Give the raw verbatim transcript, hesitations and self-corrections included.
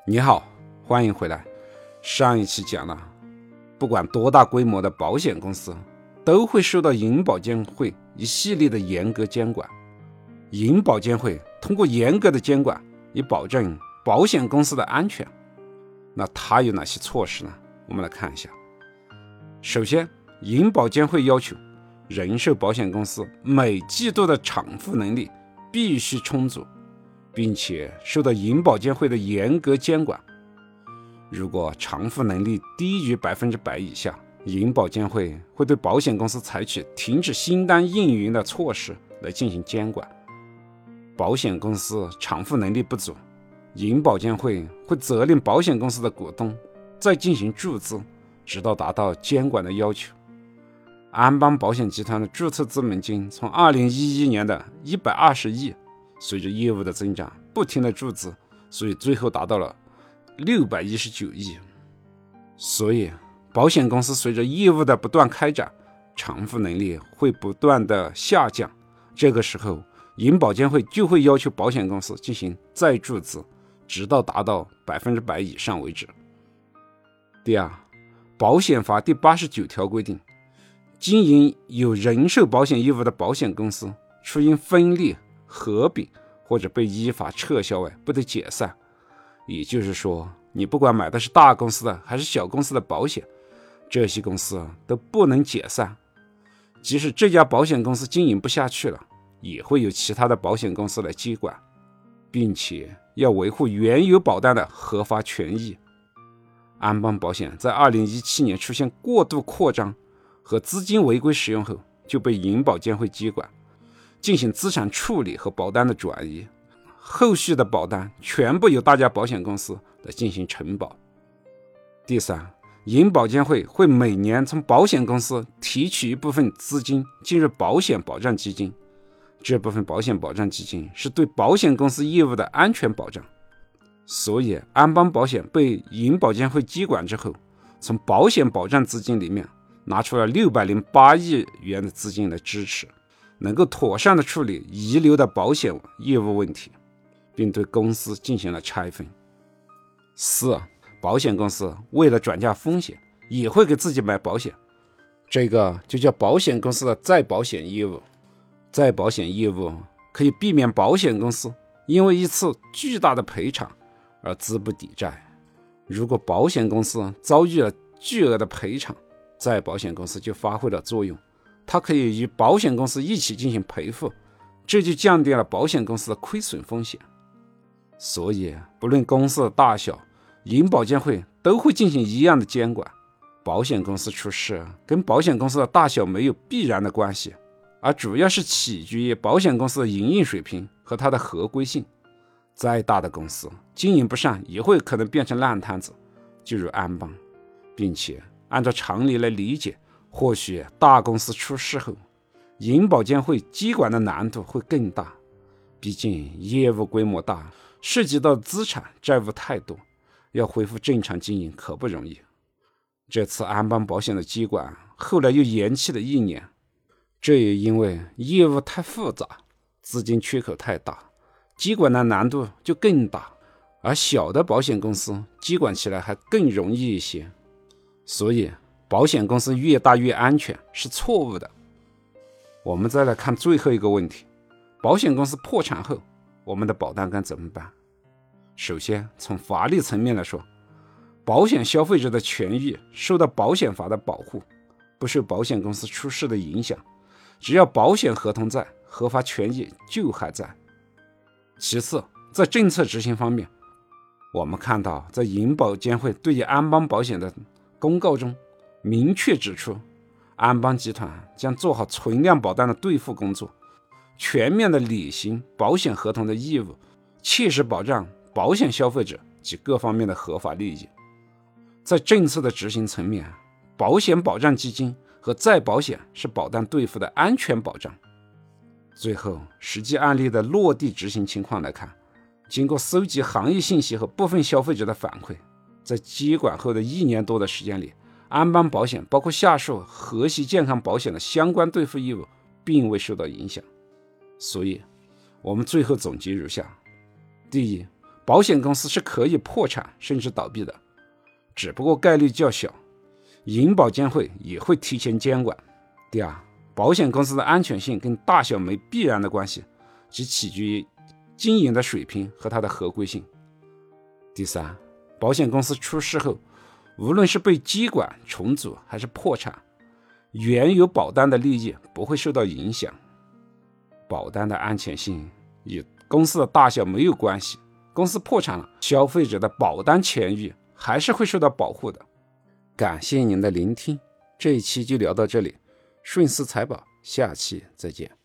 你好，欢迎回来。上一期讲了，不管多大规模的保险公司，都会受到银保监会一系列的严格监管。银保监会通过严格的监管，以保证保险公司的安全。那它有哪些措施呢？我们来看一下。首先，银保监会要求人寿保险公司每季度的偿付能力必须充足，并且受到银保监会的严格监管。如果偿付能力低于百分之百以下，银保监会会对保险公司采取停止新单运营的措施来进行监管。保险公司偿付能力不足，银保监会会责令保险公司的股东再进行注资，直到达到监管的要求。安邦保险集团的注册资本金从二零一一年的一百二十亿，随着业务的增长不停的注资，所以最后达到了六百一十九亿。所以保险公司随着业务的不断开展，偿付能力会不断的下降，这个时候银保监会就会要求保险公司进行再注资，直到达到百分之百以上为止。第二，保险法第八十九条规定，经营有人寿保险业务的保险公司，除因分裂、合并或者被依法撤销外，不得解散。也就是说，你不管买的是大公司的还是小公司的保险，这些公司都不能解散。即使这家保险公司经营不下去了，也会有其他的保险公司来接管，并且要维护原有保单的合法权益。安邦保险在二零一七年出现过度扩张和资金违规使用后，就被银保监会接管，进行资产处理和保单的转移，后续的保单全部由大家保险公司来进行承保。第三，银保监会会每年从保险公司提取一部分资金进入保险保障基金，这部分保险保障基金是对保险公司业务的安全保障。所以安邦保险被银保监会接管之后，从保险保障资金里面拿出了六百零八亿元的资金来支持，能够妥善的处理遗留的保险业务问题，并对公司进行了拆分。四，保险公司为了转嫁风险，也会给自己买保险，这个就叫保险公司的再保险业务。再保险业务可以避免保险公司因为一次巨大的赔偿而资不抵债。如果保险公司遭遇了巨额的赔偿，再保险公司就发挥了作用，它可以与保险公司一起进行赔付，这就降低了保险公司的亏损风险。所以不论公司的大小，银保监会都会进行一样的监管。保险公司出事跟保险公司的大小没有必然的关系，而主要是取决于保险公司的营运水平和它的合规性。再大的公司经营不善，也会可能变成烂摊子，就如安邦。并且按照常理来理解，或许大公司出事后，银保监会接管的难度会更大，毕竟业务规模大，涉及到资产债务太多，要恢复正常经营可不容易。这次安邦保险的接管后来又延期了一年，这也因为业务太复杂，资金缺口太大，接管的难度就更大，而小的保险公司接管起来还更容易一些。所以保险公司越大越安全是错误的。我们再来看最后一个问题，保险公司破产后，我们的保单该怎么办？首先从法律层面来说，保险消费者的权益受到保险法的保护，不受保险公司出事的影响，只要保险合同在，合法权益就还在。其次，在政策执行方面，我们看到在银保监会对于安邦保险的公告中明确指出，安邦集团将做好存量保单的兑付工作，全面的履行保险合同的义务，切实保障保险消费者及各方面的合法利益。在政策的执行层面，保险保障基金和再保险是保单兑付的安全保障。最后，实际案例的落地执行情况来看，经过搜集行业信息和部分消费者的反馈，在接管后的一年多的时间里，安邦保险包括下述和谐健康保险的相关兑付义务并未受到影响。所以我们最后总结如下：第一， 保险公司是可以破产甚至倒闭的，只不过概率较小，银保监会也会提前监管。第二，保险公司的安全性跟大小没必然的关系，只取决于经营的水平和它的合规性。第三，保险公司出事后，无论是被接管、重组还是破产，原有保单的利益不会受到影响。保单的安全性与公司的大小没有关系，公司破产了，消费者的保单权益还是会受到保护的。感谢您的聆听，这一期就聊到这里，顺思财宝，下期再见。